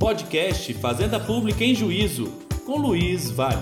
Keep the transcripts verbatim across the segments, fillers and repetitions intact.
podcast Fazenda Pública em Juízo, com Luiz Vale.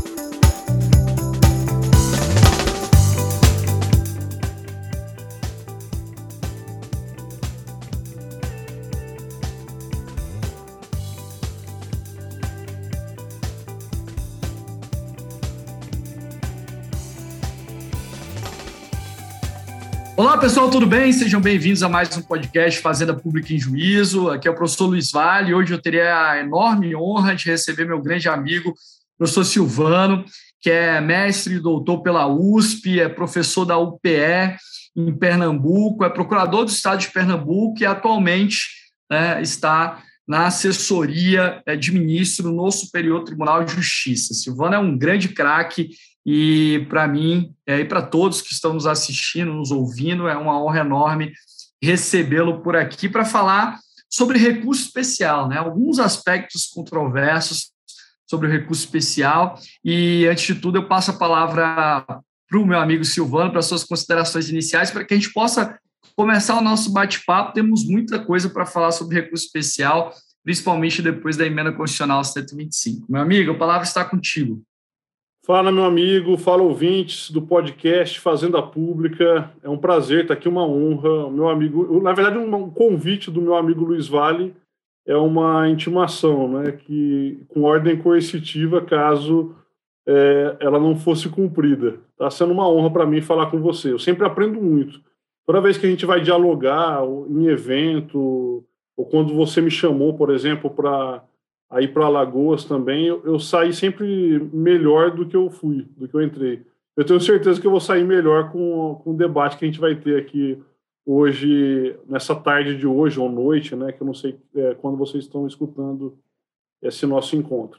Olá pessoal, tudo bem? Sejam bem-vindos a mais um podcast Fazenda Pública em Juízo. Aqui é o professor Luiz Vale. Hoje eu teria a enorme honra de receber meu grande amigo, professor Silvano, que é mestre e doutor pela U S P, é professor da U P E em Pernambuco, é procurador do Estado de Pernambuco e atualmente né, está na assessoria de ministro no Superior Tribunal de Justiça. Silvano é um grande craque. E para mim e para todos que estão nos assistindo, nos ouvindo, é uma honra enorme recebê-lo por aqui para falar sobre recurso especial, né? Alguns aspectos controversos sobre o recurso especial. E, antes de tudo, eu passo a palavra para o meu amigo Silvano, para suas considerações iniciais, para que a gente possa começar o nosso bate-papo. Temos muita coisa para falar sobre recurso especial, principalmente depois da emenda constitucional cento e vinte e cinco. Meu amigo, a palavra está contigo. Fala, meu amigo, fala ouvintes do podcast Fazenda Pública. É um prazer estar aqui, uma honra. Meu amigo, na verdade, um convite do meu amigo Luiz Vale é uma intimação, né, que, com ordem coercitiva, caso é, ela não fosse cumprida. Está sendo uma honra para mim falar com você. Eu sempre aprendo muito. Toda vez que a gente vai dialogar em evento, ou quando você me chamou, por exemplo, para aí para Alagoas também, eu, eu saí sempre melhor do que eu fui, do que eu entrei. Eu tenho certeza que eu vou sair melhor com, com o debate que a gente vai ter aqui hoje, nessa tarde de hoje ou noite, né, que eu não sei é, quando vocês estão escutando esse nosso encontro.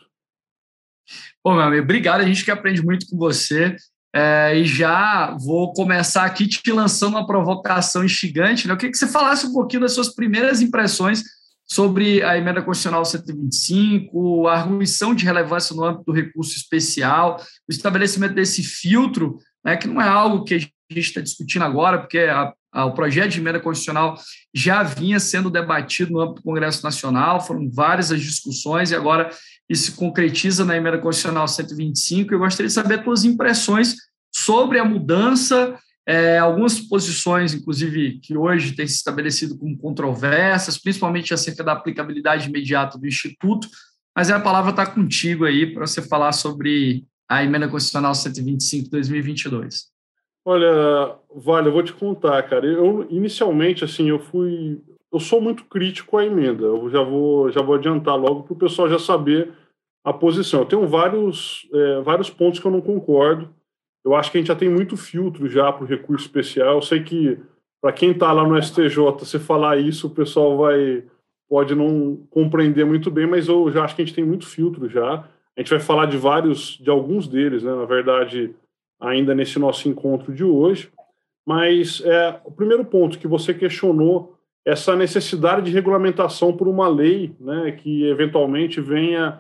Bom, meu amigo, obrigado, a gente que aprende muito com você. É, e já vou começar aqui te lançando uma provocação instigante, né? Eu queria que você falasse um pouquinho das suas primeiras impressões sobre a emenda constitucional cento e vinte e cinco, a arguição de relevância no âmbito do recurso especial, o estabelecimento desse filtro, né, que não é algo que a gente está discutindo agora, porque a, a, o projeto de emenda constitucional já vinha sendo debatido no âmbito do Congresso Nacional, foram várias as discussões e agora isso se concretiza na emenda constitucional cento e vinte e cinco. Eu gostaria de saber as tuas impressões sobre a mudança. É, algumas posições, inclusive, que hoje têm se estabelecido como controversas, principalmente acerca da aplicabilidade imediata do Instituto, mas a palavra está contigo aí para você falar sobre a emenda constitucional cento e vinte e cinco de dois mil e vinte e dois. Olha, Vale, eu vou te contar, cara. Eu, inicialmente, assim, eu fui... Eu sou muito crítico à emenda. Eu já vou, já vou adiantar logo para o pessoal já saber a posição. Eu tenho vários, é, vários pontos que eu não concordo. Eu acho que a gente já tem muito filtro já para o recurso especial. Eu sei que, para quem está lá no S T J, se falar isso, o pessoal vai, pode não compreender muito bem, mas eu já acho que a gente tem muito filtro já. A gente vai falar de vários, de alguns deles, né, na verdade, ainda nesse nosso encontro de hoje. Mas é, o primeiro ponto que você questionou, essa necessidade de regulamentação por uma lei, né, que eventualmente venha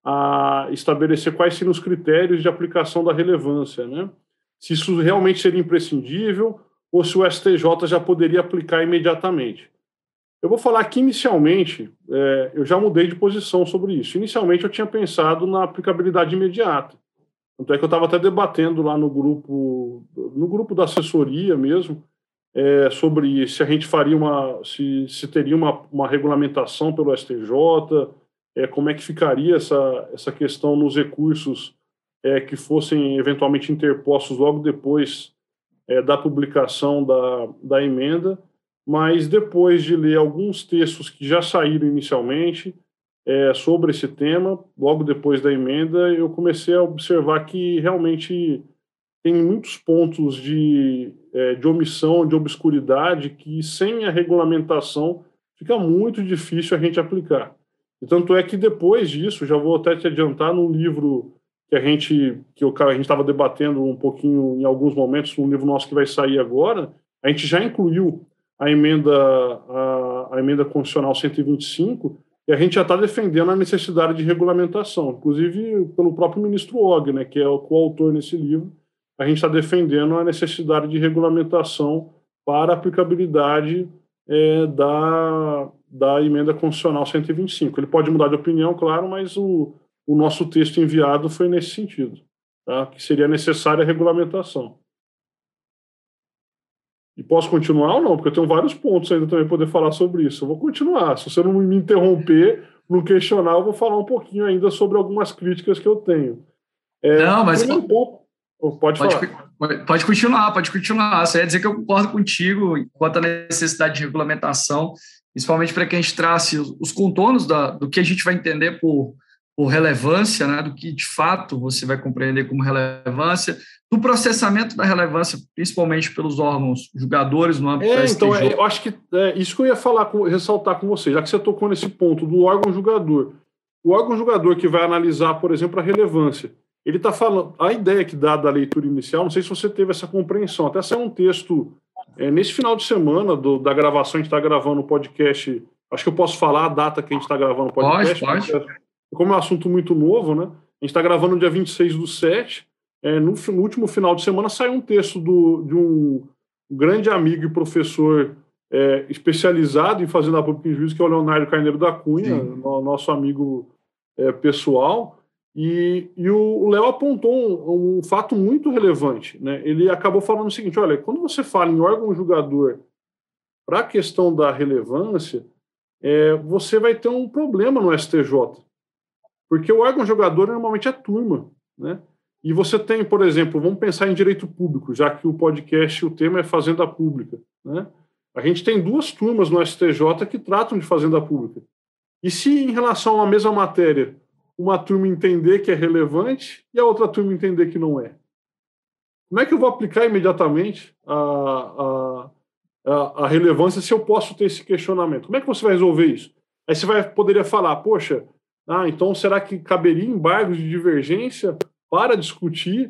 a estabelecer quais seriam os critérios de aplicação da relevância, né? Se isso realmente seria imprescindível ou se o S T J já poderia aplicar imediatamente. Eu vou falar que, inicialmente, é, eu já mudei de posição sobre isso. Inicialmente, eu tinha pensado na aplicabilidade imediata. Tanto é que eu estava até debatendo lá no grupo, no grupo da assessoria mesmo, é, sobre se a gente faria uma, se, se teria uma, uma regulamentação pelo S T J, É, como é que ficaria essa, essa questão nos recursos é, que fossem eventualmente interpostos logo depois é, da publicação da, da emenda, mas depois de ler alguns textos que já saíram inicialmente é, sobre esse tema, logo depois da emenda, eu comecei a observar que realmente tem muitos pontos de, é, de omissão, de obscuridade, que sem a regulamentação fica muito difícil a gente aplicar. E tanto é que depois disso, já vou até te adiantar, num livro que a gente que eu, a gente estava debatendo um pouquinho em alguns momentos, um livro nosso que vai sair agora, a gente já incluiu a emenda, a, a emenda constitucional cento e vinte e cinco e a gente já está defendendo a necessidade de regulamentação, inclusive pelo próprio ministro Og, né, que é o coautor nesse livro, a gente está defendendo a necessidade de regulamentação para a aplicabilidade é, da... da emenda constitucional cento e vinte e cinco. Ele pode mudar de opinião, claro, mas o, o nosso texto enviado foi nesse sentido, tá? Que seria necessária a regulamentação. E posso continuar ou não? Porque eu tenho vários pontos ainda também para poder falar sobre isso. Eu vou continuar. Se você não me interromper, não questionar, eu vou falar um pouquinho ainda sobre algumas críticas que eu tenho. É, não, mas... Ponto... Pode, pode falar. Pode, pode continuar, pode continuar. Só ia dizer que eu concordo contigo quanto à necessidade de regulamentação, principalmente para que a gente trace os, os contornos da, do que a gente vai entender por, por relevância, né, do que de fato você vai compreender como relevância, do processamento da relevância, principalmente pelos órgãos julgadores no âmbito é, do S T J. Então, é, eu acho que é isso que eu ia falar, com, ressaltar com você, já que você tocou nesse ponto do órgão julgador. O órgão julgador que vai analisar, por exemplo, a relevância, ele está falando, a ideia que dá da leitura inicial, não sei se você teve essa compreensão, até saiu um texto é, nesse final de semana do, da gravação, a gente está gravando o podcast, acho que eu posso falar a data que a gente está gravando o podcast, pode, pode. Como é um assunto muito novo, né? A gente está gravando no dia vinte e seis do sete, é, no, no último final de semana saiu um texto do, de um grande amigo e professor é, especializado em fazenda pública em juízo, que é o Leonardo Carneiro da Cunha, no, nosso amigo é, pessoal. E, e o Léo apontou um, um fato muito relevante, né? Ele acabou falando o seguinte: olha, quando você fala em órgão julgador para a questão da relevância, é, você vai ter um problema no S T J, porque o órgão julgador normalmente é turma, né? E você tem, por exemplo, vamos pensar em direito público, já que o podcast, o tema é fazenda pública, né? A gente tem duas turmas no S T J que tratam de fazenda pública. E se em relação à mesma matéria uma turma entender que é relevante e a outra turma entender que não é? Como é que eu vou aplicar imediatamente a, a, a, a relevância se eu posso ter esse questionamento? Como é que você vai resolver isso? Aí você vai, poderia falar, poxa, ah, então será que caberia embargos de divergência para discutir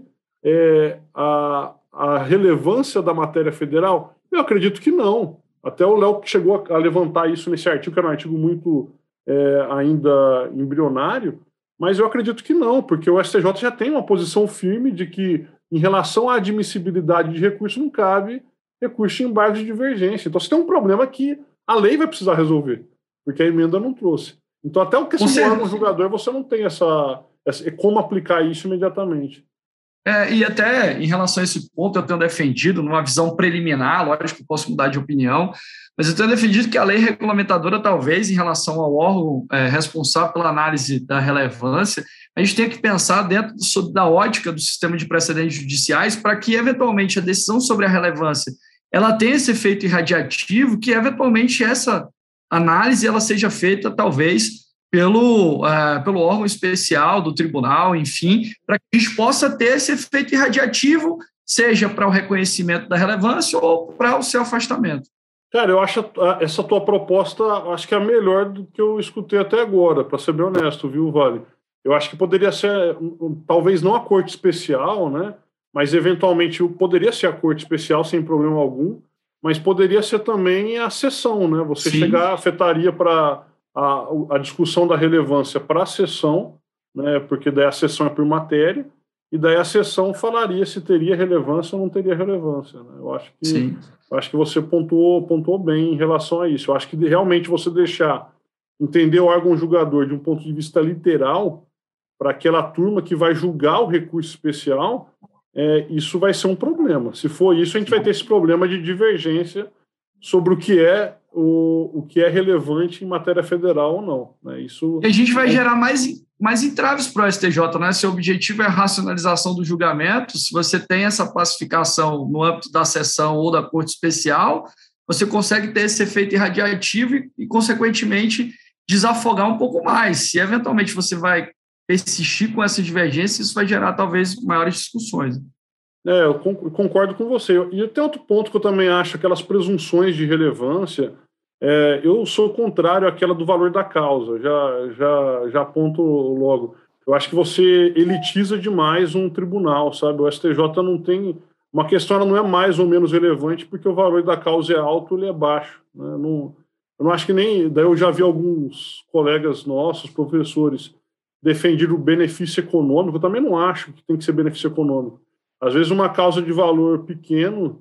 é, a, a relevância da matéria federal? Eu acredito que não. Até o Léo chegou a levantar isso nesse artigo, que era um artigo muito é, ainda embrionário, mas eu acredito que não, porque o S T J já tem uma posição firme de que, em relação à admissibilidade de recurso, não cabe recurso de embargo de divergência. Então, você tem um problema que a lei vai precisar resolver, porque a emenda não trouxe. Então, até o que esse órgão julgador, você não tem essa, essa... como aplicar isso imediatamente. É, e até em relação a esse ponto, eu tenho defendido, numa visão preliminar, lógico que eu posso mudar de opinião, mas eu tenho defendido que a lei regulamentadora, talvez, em relação ao órgão é, responsável pela análise da relevância, a gente tem que pensar dentro do, da ótica do sistema de precedentes judiciais para que, eventualmente, a decisão sobre a relevância ela tenha esse efeito irradiativo, que, eventualmente, essa análise ela seja feita, talvez, pelo, uh, pelo órgão especial do tribunal, enfim, para que a gente possa ter esse efeito irradiativo, seja para o reconhecimento da relevância ou para o seu afastamento. Cara, eu acho essa tua proposta, acho que é a melhor do que eu escutei até agora, para ser bem honesto, viu, Vale? Eu acho que poderia ser, talvez não a corte especial, né? Mas eventualmente poderia ser a corte especial sem problema algum, mas poderia ser também a sessão, né? Você Sim. chegar, afetaria para a, a discussão da relevância para a sessão, né? Porque daí a sessão é por matéria, e daí a sessão falaria se teria relevância ou não teria relevância, né? Eu acho que, Sim. eu acho que você pontuou, pontuou bem em relação a isso. Eu acho que realmente você deixar entender o órgão julgador de um ponto de vista literal para aquela turma que vai julgar o recurso especial, é, isso vai ser um problema. Se for isso, a gente vai ter esse problema de divergência sobre o que é, o, o que é relevante em matéria federal ou não, né? Isso, e a gente vai é... gerar mais, mais entraves para o S T J, né? Se o objetivo é a racionalização do julgamento, se você tem essa pacificação no âmbito da sessão ou da corte especial, você consegue ter esse efeito irradiativo e, e consequentemente, desafogar um pouco mais. Se, eventualmente, você vai persistir com essa divergência, isso vai gerar, talvez, maiores discussões. É, eu concordo com você. E tem outro ponto que eu também acho, aquelas presunções de relevância, é, eu sou contrário àquela do valor da causa, já, já, já aponto logo. Eu acho que você elitiza demais um tribunal, sabe? O S T J não tem... Uma questão ela não é mais ou menos relevante porque o valor da causa é alto ou ele é baixo, né? Não, eu não acho que nem... Daí eu já vi alguns colegas nossos, professores, defender o benefício econômico. Eu também não acho que tem que ser benefício econômico. Às vezes uma causa de valor pequeno,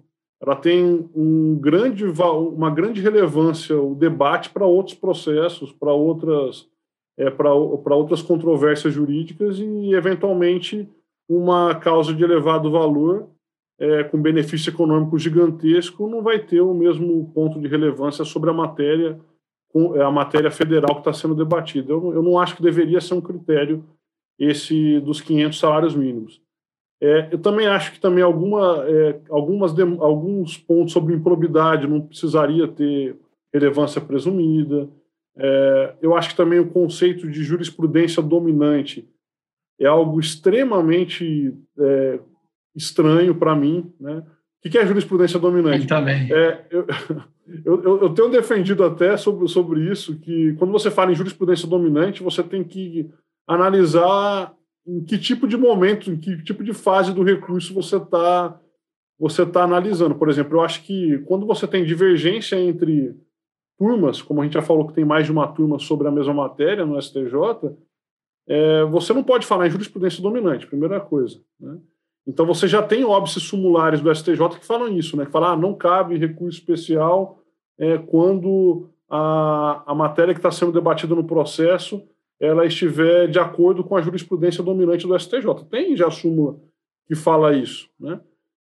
ela tem um grande, uma grande relevância, o debate para outros processos, para outras, é, para outras controvérsias jurídicas e, eventualmente, uma causa de elevado valor, é, com benefício econômico gigantesco, não vai ter o mesmo ponto de relevância sobre a matéria, a matéria federal que está sendo debatida. Eu, eu não acho que deveria ser um critério esse dos quinhentos salários mínimos. É, eu também acho que também alguma, é, algumas de, alguns pontos sobre improbidade não precisaria ter relevância presumida. É, eu acho que também o conceito de jurisprudência dominante é algo extremamente é, estranho para mim, né? O que é jurisprudência dominante? Eu também. É, eu, eu, eu tenho defendido até sobre, sobre isso, que quando você fala em jurisprudência dominante, você tem que analisar em que tipo de momento, em que tipo de fase do recurso você está você tá analisando. Por exemplo, eu acho que quando você tem divergência entre turmas, como a gente já falou que tem mais de uma turma sobre a mesma matéria no S T J, é, você não pode falar em jurisprudência dominante, primeira coisa, né? Então você já tem óbices sumulares do S T J que falam isso, né? Que falam, ah, não cabe recurso especial é, quando a, a matéria que está sendo debatida no processo ela estiver de acordo com a jurisprudência dominante do S T J. Tem já súmula que fala isso, né?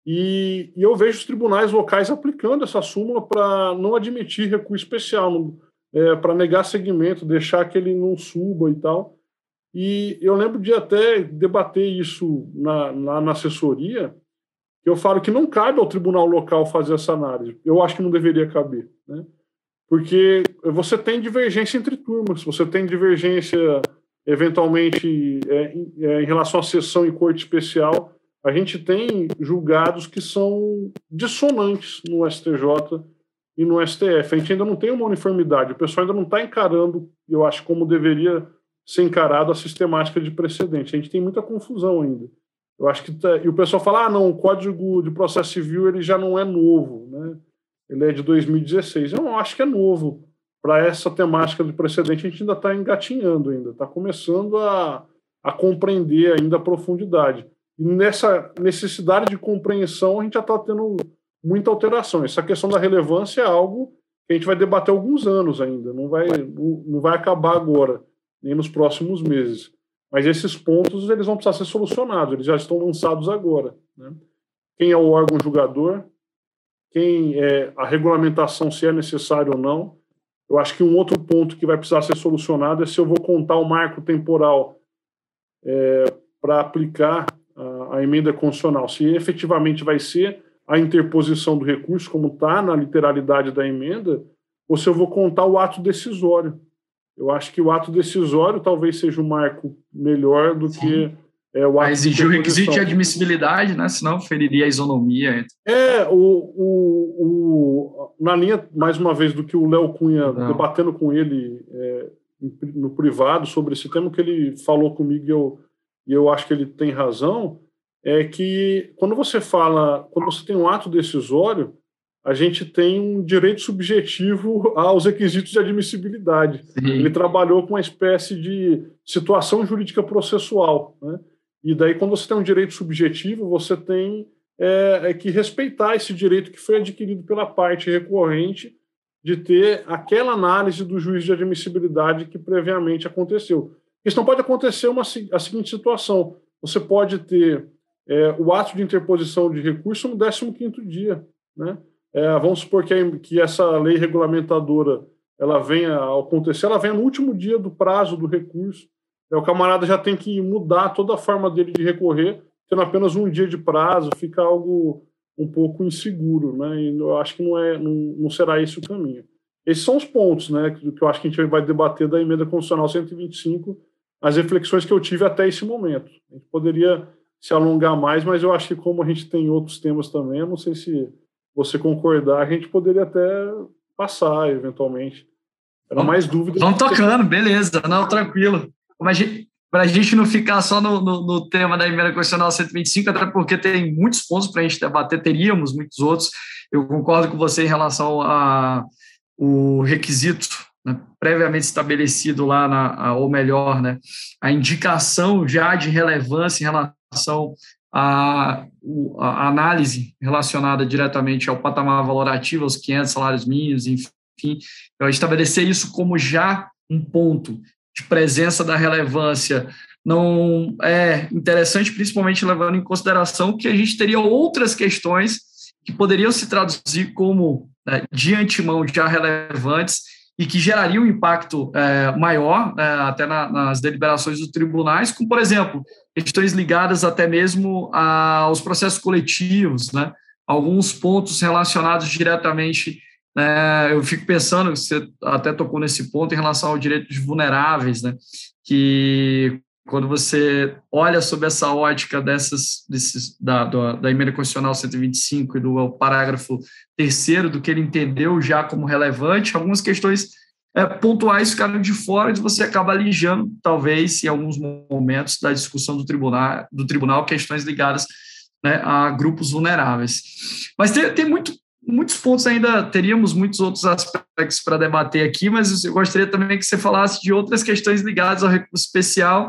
E, e eu vejo os tribunais locais aplicando essa súmula para não admitir recurso especial, é, para negar segmento, deixar que ele não suba e tal. E eu lembro de até debater isso na, na, na assessoria, que eu falo que não cabe ao tribunal local fazer essa análise. Eu acho que não deveria caber, né? Porque você tem divergência entre turmas, você tem divergência, eventualmente, é, é, em relação à sessão em corte especial. A gente tem julgados que são dissonantes no S T J e no S T F. A gente ainda não tem uma uniformidade, o pessoal ainda não está encarando, eu acho, como deveria ser encarado a sistemática de precedente. A gente tem muita confusão ainda. Eu acho que tá, e o pessoal fala, ah, não, o Código de Processo Civil ele já não é novo, né? Ele é de dois mil e dezesseis. Eu não acho que é novo. Para essa temática de precedente, a gente ainda está engatinhando, ainda está começando a, a compreender ainda a profundidade. E nessa necessidade de compreensão, a gente já está tendo muita alteração. Essa questão da relevância é algo que a gente vai debater alguns anos ainda, não vai, não, não vai acabar agora, nem nos próximos meses. Mas esses pontos eles vão precisar ser solucionados, eles já estão lançados agora, né? Quem é o órgão julgador? Quem é a regulamentação, se é necessário ou não. Eu acho que um outro ponto que vai precisar ser solucionado é se eu vou contar o marco temporal é, para aplicar a, a emenda constitucional, se efetivamente vai ser a interposição do recurso, como está na literalidade da emenda, ou se eu vou contar o ato decisório. Eu acho que o ato decisório talvez seja um marco melhor do Sim. que é, o ato a exigir o requisito de admissibilidade, né? Senão feriria a isonomia. É, o, o, o, na linha, mais uma vez, do que o Léo Cunha, Não. debatendo com ele é, no privado sobre esse tema, que ele falou comigo e eu, e eu acho que ele tem razão, é que quando você fala, quando você tem um ato decisório, a gente tem um direito subjetivo aos requisitos de admissibilidade. Sim. Ele trabalhou com uma espécie de situação jurídica processual, né? E daí, quando você tem um direito subjetivo, você tem é, é que respeitar esse direito que foi adquirido pela parte recorrente de ter aquela análise do juiz de admissibilidade que previamente aconteceu. Isso não pode acontecer uma, a seguinte situação. Você pode ter é, o ato de interposição de recurso no décimo quinto dia, né? É, vamos supor que, a, que essa lei regulamentadora ela venha a acontecer, ela venha no último dia do prazo do recurso. É, o camarada já tem que mudar toda a forma dele de recorrer, tendo apenas um dia de prazo, fica algo um pouco inseguro, né? E eu acho que não, é, não, não será esse o caminho. Esses são os pontos, né, que, que eu acho que a gente vai debater da emenda constitucional cento e vinte e cinco, as reflexões que eu tive até esse momento. A gente poderia se alongar mais, mas eu acho que como a gente tem outros temas também, eu não sei se você concordar, a gente poderia até passar, eventualmente. Era mais dúvida. Vamos tocando, beleza. Não, tranquilo. Para a gente não ficar só no, no, no tema da emenda constitucional cento e vinte e cinco, até porque tem muitos pontos para a gente debater, teríamos muitos outros. Eu concordo com você em relação ao requisito, né, previamente estabelecido lá, na, ou melhor, né, a indicação já de relevância em relação a, a análise relacionada diretamente ao patamar valorativo, aos quinhentos salários mínimos, enfim, eu estabelecer isso como já um ponto de presença da relevância não é interessante, principalmente levando em consideração que a gente teria outras questões que poderiam se traduzir como, né, de antemão já relevantes e que gerariam um impacto é, maior, é, até na, nas deliberações dos tribunais, como, por exemplo, questões ligadas até mesmo aos processos coletivos, né? Alguns pontos relacionados diretamente, né? Eu fico pensando, você até tocou nesse ponto, em relação ao direito dos vulneráveis, né? Que quando você olha sob essa ótica dessas, desses, da, da, da emenda constitucional cento e vinte e cinco e do parágrafo terceiro, do que ele entendeu já como relevante, algumas questões é, pontuais ficaram de fora e você acaba alijando, talvez, em alguns momentos, da discussão do tribunal, do tribunal questões ligadas, né, a grupos vulneráveis. Mas tem, tem muito, muitos pontos ainda, teríamos muitos outros aspectos para debater aqui, mas eu gostaria também que você falasse de outras questões ligadas ao recurso especial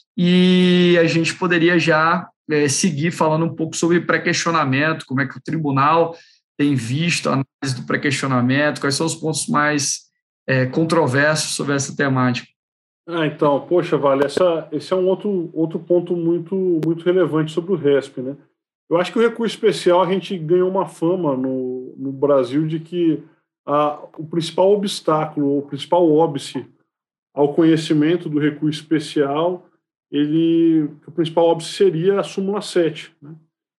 e a gente poderia já é, seguir falando um pouco sobre pré-questionamento, como é que o tribunal tem visto a análise do pré-questionamento, quais são os pontos mais é, controversos sobre essa temática. Ah, então, poxa, Vale, essa, esse é um outro, outro ponto muito, muito relevante sobre o R E S P, né? Eu acho que o recurso especial, a gente ganhou uma fama no, no Brasil de que a, o principal obstáculo, o principal óbice ao conhecimento do recurso especial, ele, o principal óbice seria a súmula sete, né?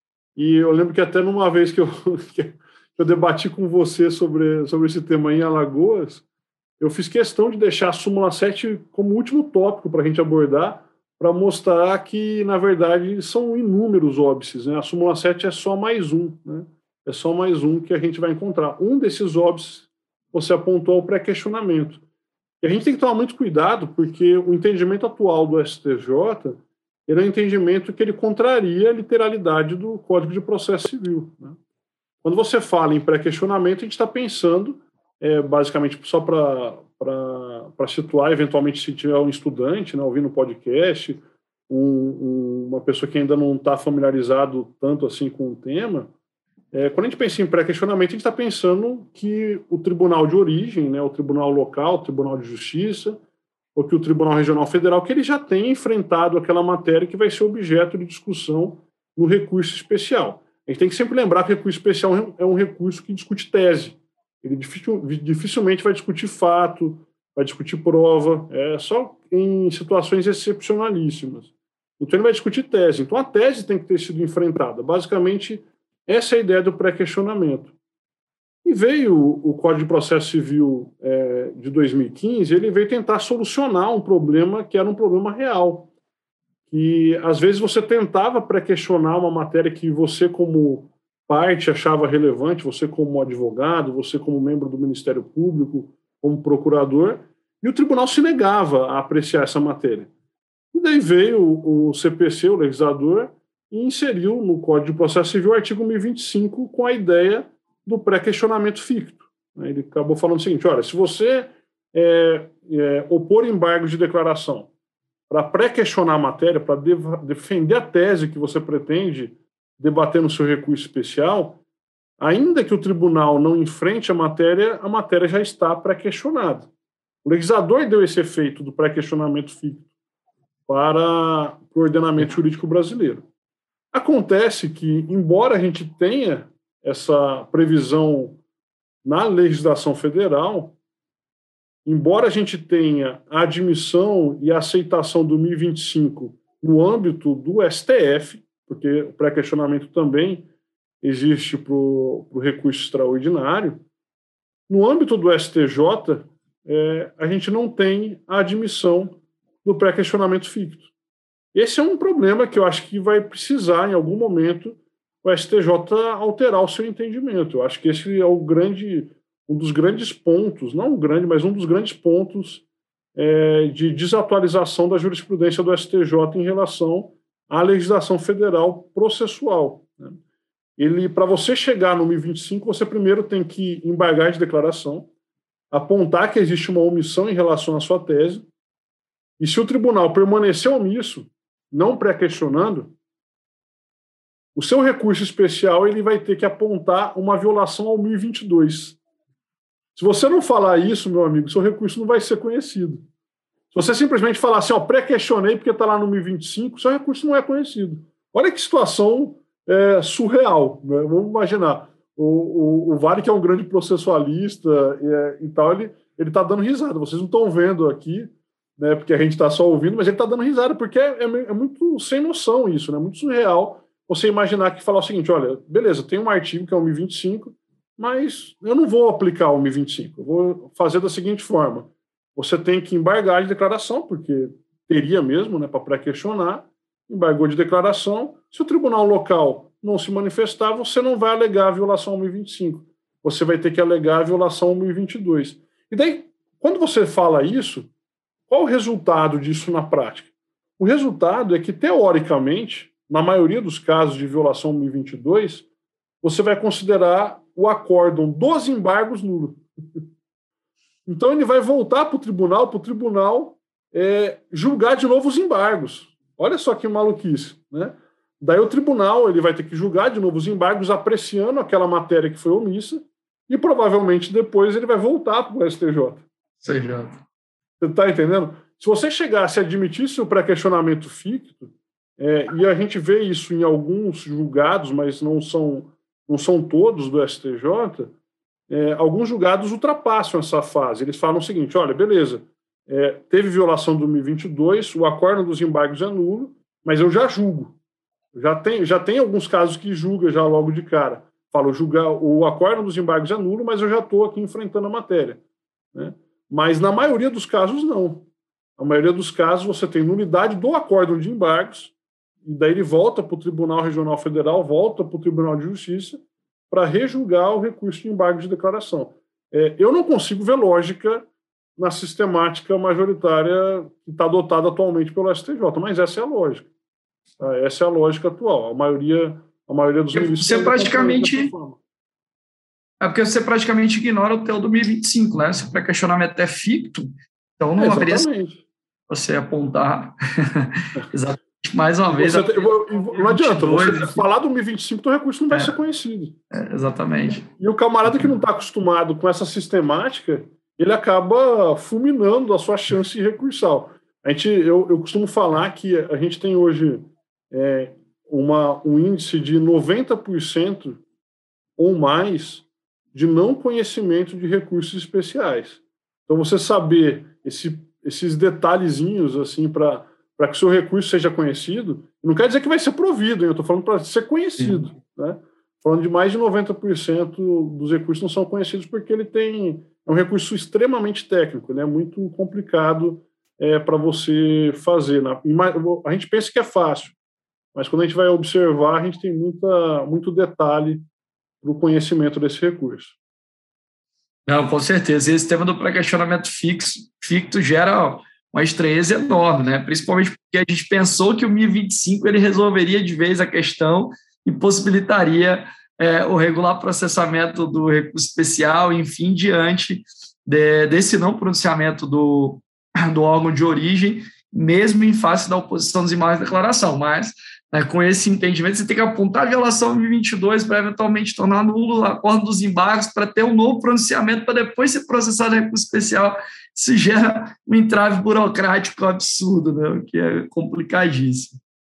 E eu lembro que até numa vez que eu, que eu debati com você sobre, sobre esse tema em Alagoas, eu fiz questão de deixar a súmula sete como último tópico para a gente abordar, para mostrar que, na verdade, são inúmeros óbices, né? A súmula sete é só mais um, né? É só mais um que a gente vai encontrar. Um desses óbices você apontou ao pré-questionamento. E a gente tem que tomar muito cuidado, porque o entendimento atual do S T J ele é um entendimento que ele contraria a literalidade do Código de Processo Civil, né? Quando você fala em pré-questionamento, a gente está pensando, é, basicamente, só para para situar, eventualmente, se tiver um estudante, né, ouvindo o podcast, um, um, uma pessoa que ainda não está familiarizado tanto assim com o tema, é, quando a gente pensa em pré-questionamento, a gente está pensando que o tribunal de origem, né, o tribunal local, o tribunal de justiça, ou que o tribunal regional federal, que ele já tem enfrentado aquela matéria que vai ser objeto de discussão no recurso especial. A gente tem que sempre lembrar que o recurso especial é um recurso que discute tese. Ele dificilmente vai discutir fato, vai discutir prova, é só em situações excepcionalíssimas. Então, ele vai discutir tese. Então, a tese tem que ter sido enfrentada. Basicamente, essa é a ideia do pré-questionamento. E veio o Código de Processo Civil é, de dois mil e quinze, ele veio tentar solucionar um problema que era um problema real. E, às vezes, você tentava pré-questionar uma matéria que você, como parte, achava relevante, você como advogado, você como membro do Ministério Público, como procurador, e o tribunal se negava a apreciar essa matéria. E daí veio o C P C, o legislador, e inseriu no Código de Processo Civil o artigo mil e vinte e cinco com a ideia do pré-questionamento ficto. Ele acabou falando o seguinte, olha, se você é, é, opor embargo de declaração para pré-questionar a matéria, para defender a tese que você pretende debater no seu recurso especial, ainda que o tribunal não enfrente a matéria, a matéria já está pré-questionada. O legislador deu esse efeito do pré-questionamento ficto para o ordenamento jurídico brasileiro. Acontece que, embora a gente tenha essa previsão na legislação federal, embora a gente tenha a admissão e a aceitação do mil e vinte e cinco no âmbito do S T F, porque o pré-questionamento também existe para o recurso extraordinário, no âmbito do S T J, é, a gente não tem a admissão do pré-questionamento ficto. Esse é um problema que eu acho que vai precisar, em algum momento, o S T J alterar o seu entendimento. Eu acho que esse é o grande, um dos grandes pontos, não um grande, mas um dos grandes pontos é, de desatualização da jurisprudência do S T J em relação à legislação federal processual, né? Ele, para você chegar no mil e vinte e cinco, você primeiro tem que embargar de declaração, apontar que existe uma omissão em relação à sua tese, e se o tribunal permanecer omisso, não pré-questionando, o seu recurso especial ele vai ter que apontar uma violação ao mil e vinte e dois. Se você não falar isso, meu amigo, seu recurso não vai ser conhecido. Se você simplesmente falar assim, ó, pré-questionei porque está lá no mil e vinte e cinco, seu recurso não é conhecido. Olha que situação é, surreal, né? Vamos imaginar. O, o, o Vale, que é um grande processualista é, e tal, ele está dando risada. Vocês não estão vendo aqui, né, porque a gente está só ouvindo, mas ele está dando risada, porque é, é, é muito sem noção isso, né? Muito surreal você imaginar que falar o seguinte, olha, beleza, tem um artigo que é o mil e vinte e cinco, mas eu não vou aplicar o mil e vinte e cinco. Eu vou fazer da seguinte forma. Você tem que embargar de declaração, porque teria mesmo, né, para pré-questionar, embargou de declaração. Se o tribunal local não se manifestar, você não vai alegar a violação ao mil e vinte e cinco. Você vai ter que alegar a violação ao mil e vinte e dois. E daí, quando você fala isso, qual o resultado disso na prática? O resultado é que, teoricamente, na maioria dos casos de violação ao mil e vinte e dois, você vai considerar o acórdão dos embargos nulo. Então, ele vai voltar para o tribunal, para o tribunal é, julgar de novo os embargos. Olha só que maluquice, né? Daí o tribunal ele vai ter que julgar de novo os embargos, apreciando aquela matéria que foi omissa, e provavelmente depois ele vai voltar para o S T J. C J. Você está entendendo? Se você chegasse a admitir seu pré-questionamento ficto, é, e a gente vê isso em alguns julgados, mas não são, não são todos do S T J, é, alguns julgados ultrapassam essa fase. Eles falam o seguinte, olha, beleza, é, teve violação do mil e vinte e dois, o acórdão dos embargos é nulo, mas eu já julgo. Já tem, já tem alguns casos que julga já logo de cara. Falo, julgar, o acórdão dos embargos é nulo, mas eu já estou aqui enfrentando a matéria, né? Mas na maioria dos casos, não. Na maioria dos casos, você tem nulidade do acórdão de embargos, e daí ele volta para o Tribunal Regional Federal, volta para o Tribunal de Justiça, para rejulgar o recurso de embargo de declaração. É, eu não consigo ver lógica na sistemática majoritária que está adotada atualmente pelo S T J, mas essa é a lógica. Tá? Essa é a lógica atual. A maioria, a maioria dos ministros... Você praticamente... É porque você praticamente ignora o teu do mil e vinte e cinco, né? Se o pré-questionamento é ficto, então não é, haveria você apontar... Exatamente. Mais uma vez... Você, eu vou, eu vou, não adianta, você falar do mil e vinte e cinco, o recurso não vai é, ser conhecido. É, exatamente. E o camarada que não está acostumado com essa sistemática, ele acaba fulminando a sua chance de recursal. A gente, eu, eu costumo falar que a gente tem hoje é, uma, um índice de noventa por cento ou mais de não conhecimento de recursos especiais. Então, você saber esse, esses detalhezinhos assim, para para que o seu recurso seja conhecido, não quer dizer que vai ser provido, hein? Eu estou falando para ser conhecido. Né? Falando de mais de noventa por cento dos recursos não são conhecidos porque ele tem é um recurso extremamente técnico, né? Muito complicado é, para você fazer. Na, a gente pensa que é fácil, mas quando a gente vai observar, a gente tem muita, muito detalhe para o conhecimento desse recurso. Não, com certeza. E esse tema do pré-questionamento fixo, ficto gera uma estranheza enorme, né? Principalmente porque a gente pensou que o mil e vinte e cinco ele resolveria de vez a questão e possibilitaria é, o regular processamento do recurso especial, enfim, diante de, desse não pronunciamento do, do órgão de origem, mesmo em face da oposição dos embargos de declaração. Mas, né, com esse entendimento, você tem que apontar a violação ao mil e vinte e dois para eventualmente tornar nulo o acordo dos embargos, para ter um novo pronunciamento, para depois ser processado recurso especial. Isso gera um entrave burocrático absurdo, né? O que é complicadíssimo.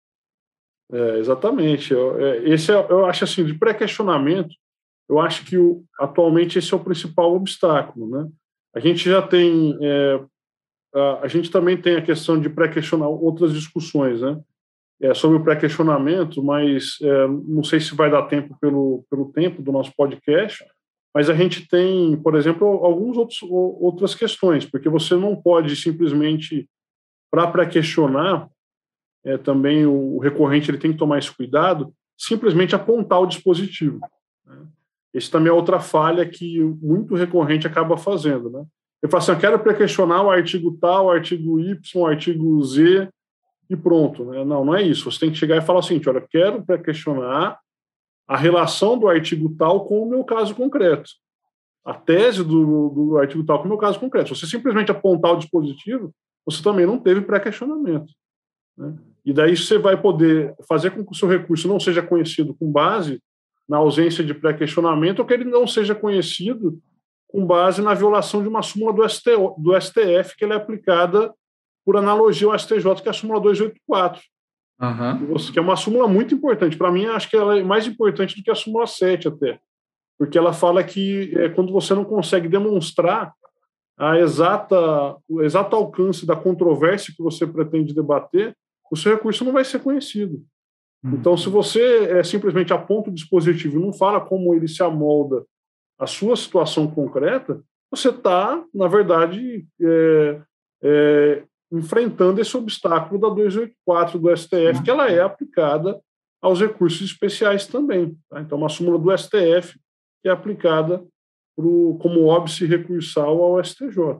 É, exatamente. Eu, é, esse é, eu acho assim, de pré-questionamento, eu acho que o, atualmente esse é o principal obstáculo, né? A gente já tem, é, a, a gente também tem a questão de pré-questionar outras discussões, né? É, sobre o pré-questionamento, mas é, não sei se vai dar tempo pelo, pelo tempo do nosso podcast, mas a gente tem, por exemplo, algumas outras questões, porque você não pode simplesmente, para pré-questionar, é, também o recorrente ele tem que tomar esse cuidado, simplesmente apontar o dispositivo. Né? Esse também é outra falha que muito recorrente acaba fazendo. Né? Ele fala assim, eu quero pré-questionar o artigo tal, o artigo Y, o artigo Z, e pronto. Né? Não, não é isso. Você tem que chegar e falar o seguinte, olha, eu quero pré-questionar a relação do artigo tal com o meu caso concreto. A tese do, do artigo tal com o meu caso concreto. Se você simplesmente apontar o dispositivo, você também não teve pré-questionamento. Né? E daí você vai poder fazer com que o seu recurso não seja conhecido com base na ausência de pré-questionamento ou que ele não seja conhecido com base na violação de uma súmula do, S T O, do S T F, que ela é aplicada por analogia ao S T J, que é a súmula duzentos e oitenta e quatro. Uhum. Que é uma súmula muito importante. Para mim, acho que ela é mais importante do que a súmula sete até, porque ela fala que é, quando você não consegue demonstrar a exata, o exato alcance da controvérsia que você pretende debater, o seu recurso não vai ser conhecido. Uhum. Então, se você é, simplesmente aponta o dispositivo e não fala como ele se amolda à sua situação concreta, você está, na verdade, é, é, enfrentando esse obstáculo da duzentos e oitenta e quatro do S T F, que ela é aplicada aos recursos especiais também. Tá? Então, uma súmula do S T F que é aplicada pro, como óbice recursal ao S T J.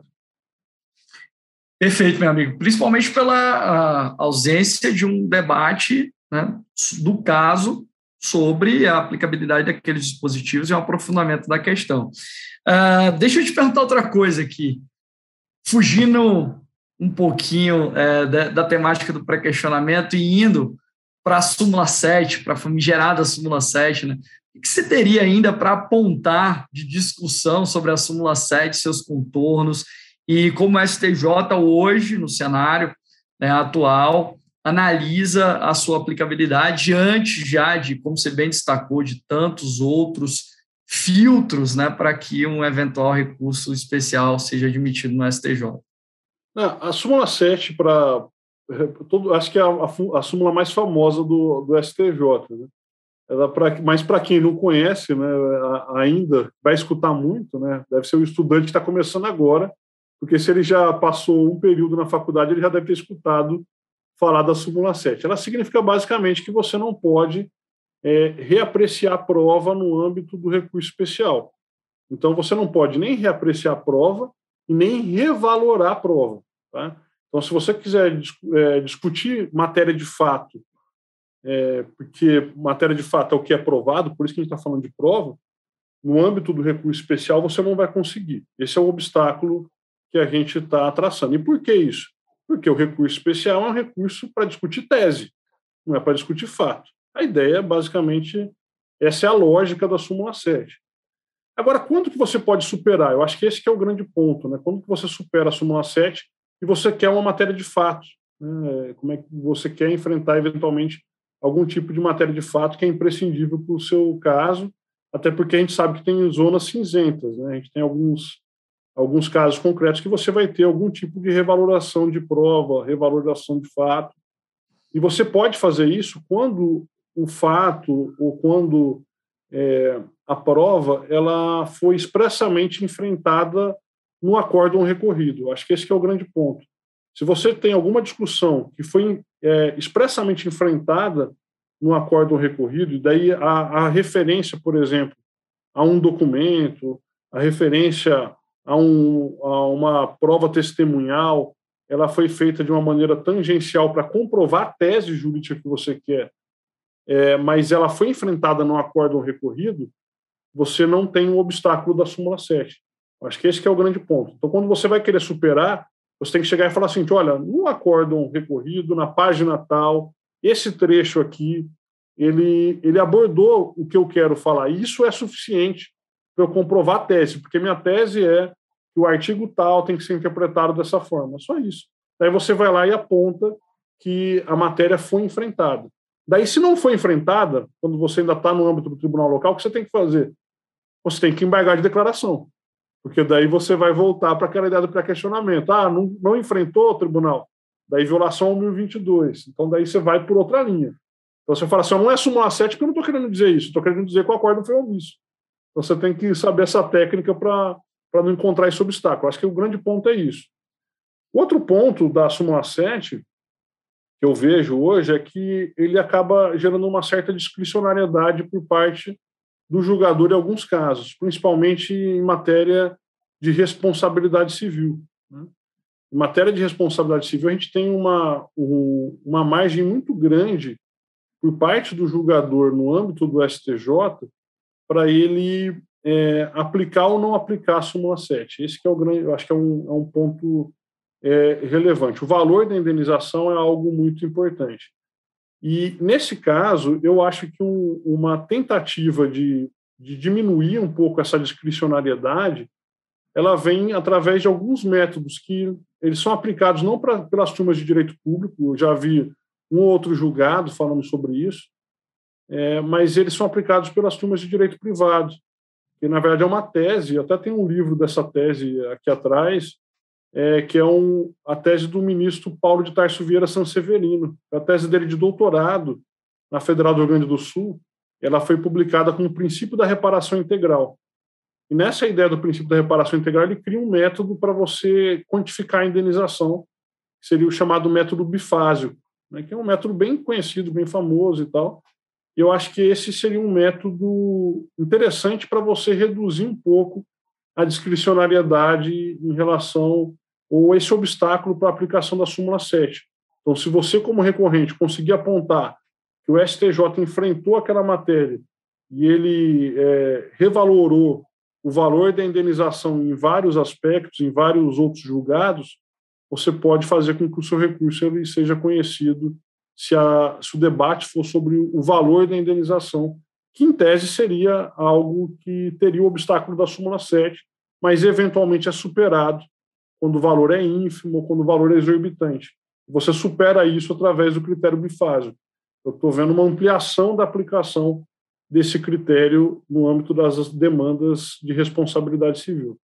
Perfeito, meu amigo. Principalmente pela ausência de um debate, né, do caso sobre a aplicabilidade daqueles dispositivos e o aprofundamento da questão. Uh, deixa eu te perguntar outra coisa aqui. Fugindo um pouquinho é, da, da temática do pré-questionamento e indo para a súmula sete, para a famigerada súmula sete, né? O que você teria ainda para apontar de discussão sobre a súmula sete, seus contornos, e como o S T J hoje, no cenário, né, atual, analisa a sua aplicabilidade antes já de, como você bem destacou, de tantos outros filtros, né, para que um eventual recurso especial seja admitido no S T J? A, a súmula sete, para acho que é a, a, a súmula mais famosa do, do S T J, né? Ela pra, mas para quem não conhece, né, ainda vai escutar muito, né, deve ser o estudante que está começando agora, porque se ele já passou um período na faculdade, ele já deve ter escutado falar da súmula sete. Ela significa basicamente que você não pode é, reapreciar a prova no âmbito do recurso especial. Então, você não pode nem reapreciar a prova e nem revalorar a prova. Tá? Então, se você quiser é, discutir matéria de fato, é, porque matéria de fato é o que é provado, por isso que a gente está falando de prova, no âmbito do recurso especial você não vai conseguir. Esse é o obstáculo que a gente está traçando. E por que isso? Porque o recurso especial é um recurso para discutir tese, não é para discutir fato. A ideia é, basicamente, essa é a lógica da súmula sete. Agora, quando que você pode superar? Eu acho que esse que é o grande ponto, né? Quando que você supera a súmula sete e você quer uma matéria de fato? Né? Como é que você quer enfrentar, eventualmente, algum tipo de matéria de fato que é imprescindível para o seu caso, até porque a gente sabe que tem zonas cinzentas, né? A gente tem alguns, alguns casos concretos que você vai ter algum tipo de revaloração de prova, revaloração de fato, e você pode fazer isso quando o fato ou quando é, a prova ela foi expressamente enfrentada no acórdão recorrido. Acho que esse que é o grande ponto. Se você tem alguma discussão que foi é, expressamente enfrentada no acórdão recorrido, e daí a, a referência, por exemplo, a um documento, a referência a, um, a uma prova testemunhal, ela foi feita de uma maneira tangencial para comprovar a tese jurídica que você quer, é, mas ela foi enfrentada no acórdão recorrido, você não tem o obstáculo da súmula sete. Acho que esse que é o grande ponto. Então, quando você vai querer superar, você tem que chegar e falar assim, olha, no acórdão recorrido, na página tal, esse trecho aqui, ele, ele abordou o que eu quero falar. E isso é suficiente para eu comprovar a tese, porque minha tese é que o artigo tal tem que ser interpretado dessa forma. Só isso. Daí você vai lá e aponta que a matéria foi enfrentada. Daí, se não foi enfrentada, quando você ainda está no âmbito do tribunal local, o que você tem que fazer? Você tem que embargar de declaração. Porque daí você vai voltar para aquela ideia do pré-questionamento. Ah, não, não enfrentou o tribunal? Daí violação ao mil e vinte e dois. Então, daí você vai por outra linha. Então, você fala assim, não é súmula sete, porque eu não estou querendo dizer isso. Estou querendo dizer que o acórdão foi omisso. Então, você tem que saber essa técnica para não encontrar esse obstáculo. Acho que o grande ponto é isso. Outro ponto da súmula sete que eu vejo hoje é que ele acaba gerando uma certa discricionariedade por parte do julgador em alguns casos, principalmente em matéria de responsabilidade civil. Né? Em matéria de responsabilidade civil, a gente tem uma, uma margem muito grande por parte do julgador no âmbito do S T J para ele é, aplicar ou não aplicar a súmula sete. Esse que é o grande, eu acho que é um, é um ponto é relevante. O valor da indenização é algo muito importante. E, nesse caso, eu acho que um, uma tentativa de, de diminuir um pouco essa discricionariedade, ela vem através de alguns métodos que eles são aplicados não pra, pelas turmas de direito público, eu já vi um ou outro julgado falando sobre isso, é, mas eles são aplicados pelas turmas de direito privado, que, na verdade, é uma tese, até tem um livro dessa tese aqui atrás, É, que é um, a tese do ministro Paulo de Tarso Vieira Sanseverino. A tese dele de doutorado na Federal do Rio Grande do Sul, ela foi publicada como princípio da reparação integral. E nessa ideia do princípio da reparação integral, ele cria um método para você quantificar a indenização, que seria o chamado método bifásico, né, que é um método bem conhecido, bem famoso e tal. E eu acho que esse seria um método interessante para você reduzir um pouco a discricionariedade em relação ou esse obstáculo para a aplicação da súmula sete. Então, se você, como recorrente, conseguir apontar que o S T J enfrentou aquela matéria e ele é, revalorou o valor da indenização em vários aspectos, em vários outros julgados, você pode fazer com que o seu recurso ele seja conhecido se, a, se o debate for sobre o valor da indenização, que, em tese, seria algo que teria o obstáculo da súmula sete, mas, eventualmente, é superado quando o valor é ínfimo ou quando o valor é exorbitante. Você supera isso através do critério bifásico. Eu estou vendo uma ampliação da aplicação desse critério no âmbito das demandas de responsabilidade civil.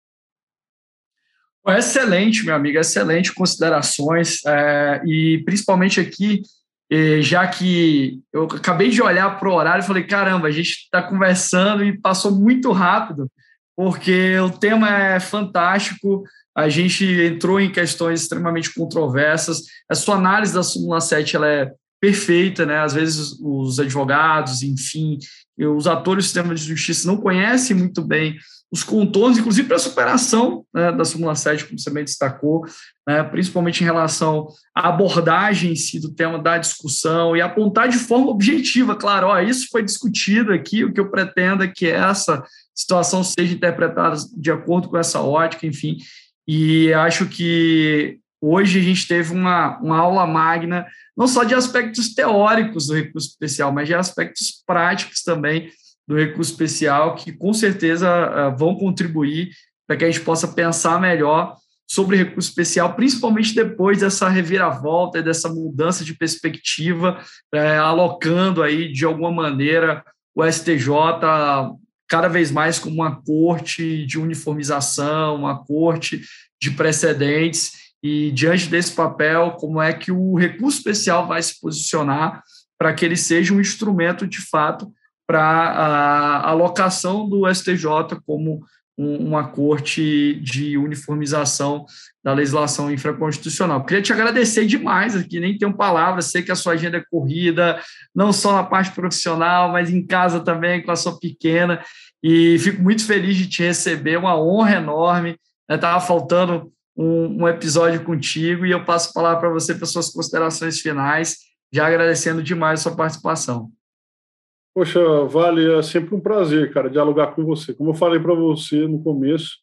Excelente, meu amigo, excelente considerações, é, e principalmente aqui, já que eu acabei de olhar para o horário e falei, caramba, a gente está conversando e passou muito rápido, porque o tema é fantástico, a gente entrou em questões extremamente controversas, a sua análise da súmula sete ela é perfeita, né? Às vezes os advogados, enfim, os atores do sistema de justiça não conhecem muito bem os contornos, inclusive para a superação, né, da súmula sete, como você bem destacou, né, principalmente em relação à abordagem em si do tema da discussão e apontar de forma objetiva, claro, ó, isso foi discutido aqui, o que eu pretendo é que essa situação seja interpretada de acordo com essa ótica, enfim, e acho que hoje a gente teve uma, uma aula magna, não só de aspectos teóricos do recurso especial, mas de aspectos práticos também do recurso especial, que com certeza vão contribuir para que a gente possa pensar melhor sobre recurso especial, principalmente depois dessa reviravolta e dessa mudança de perspectiva, é, alocando aí, de alguma maneira, o S T J cada vez mais como uma corte de uniformização, uma corte de precedentes, e diante desse papel, como é que o recurso especial vai se posicionar para que ele seja um instrumento, de fato, para a alocação do S T J como um, uma corte de uniformização da legislação infraconstitucional. Queria te agradecer demais aqui, nem tenho palavras, sei que a sua agenda é corrida, não só na parte profissional, mas em casa também, com a sua pequena, e fico muito feliz de te receber, uma honra enorme, estava faltando um, um episódio contigo, e eu passo a palavra para você para suas considerações finais, já agradecendo demais a sua participação. Poxa, Vale, é sempre um prazer, cara, dialogar com você. Como eu falei para você no começo,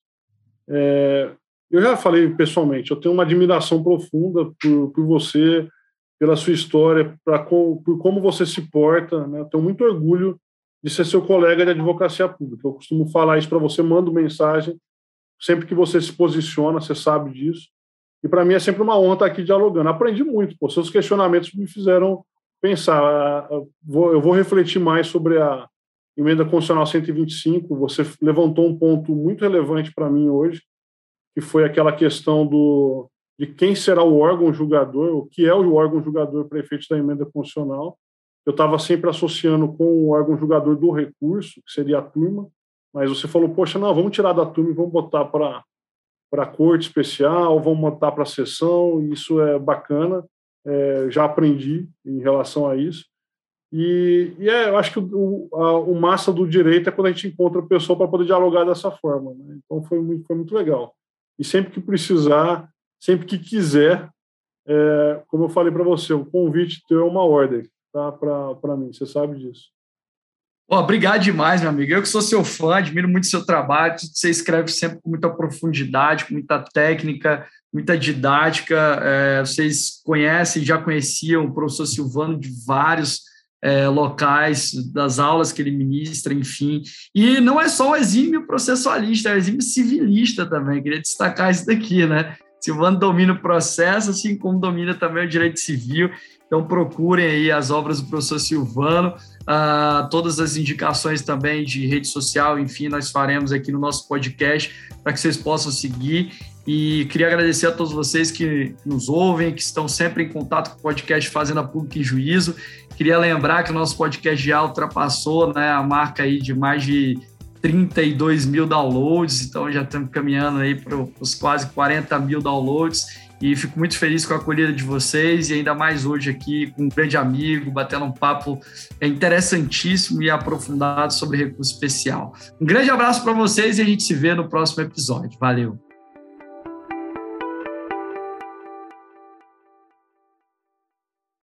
é, eu já falei pessoalmente, eu tenho uma admiração profunda por, por você, pela sua história, pra, por como você se porta, né? Eu tenho muito orgulho de ser seu colega de advocacia pública. Eu costumo falar isso para você, mando mensagem, sempre que você se posiciona, você sabe disso. E para mim é sempre uma honra estar aqui dialogando. Aprendi muito, pô, seus questionamentos me fizeram pensar, eu vou refletir mais sobre a emenda constitucional cento e vinte e cinco, você levantou um ponto muito relevante para mim hoje, que foi aquela questão do, de quem será o órgão julgador, o que é o órgão julgador para efeitos da emenda constitucional. Eu estava sempre associando com o órgão julgador do recurso, que seria a turma, mas você falou, poxa, não, vamos tirar da turma e vamos botar para a corte especial, vamos botar para a sessão, e isso é bacana. É, já aprendi em relação a isso. E, e é, eu acho que o, a, o massa do direito é quando a gente encontra a pessoa para poder dialogar dessa forma, né? Então foi muito, foi muito legal. E sempre que precisar, sempre que quiser, é, como eu falei para você, o convite teu é uma ordem, tá? Para mim, você sabe disso. Oh, obrigado demais, meu amigo. Eu que sou seu fã, admiro muito o seu trabalho, você escreve sempre com muita profundidade, com muita técnica, muita didática. É, vocês conhecem, já conheciam o professor Silvano de vários é, locais, das aulas que ele ministra, enfim. E não é só um exímio processualista, é um exímio civilista também. Queria destacar isso daqui, né? Silvano domina o processo, assim como domina também o direito civil. Então, procurem aí as obras do professor Silvano, uh, todas as indicações também de rede social, enfim, nós faremos aqui no nosso podcast para que vocês possam seguir. E queria agradecer a todos vocês que nos ouvem, que estão sempre em contato com o podcast Fazenda Pública em Juízo. Queria lembrar que o nosso podcast já ultrapassou, né, a marca aí de mais de trinta e dois mil downloads, então já estamos caminhando aí para os quase quarenta mil downloads. E fico muito feliz com a acolhida de vocês e ainda mais hoje aqui com um grande amigo, batendo um papo interessantíssimo e aprofundado sobre recurso especial. Um grande abraço para vocês e a gente se vê no próximo episódio. Valeu!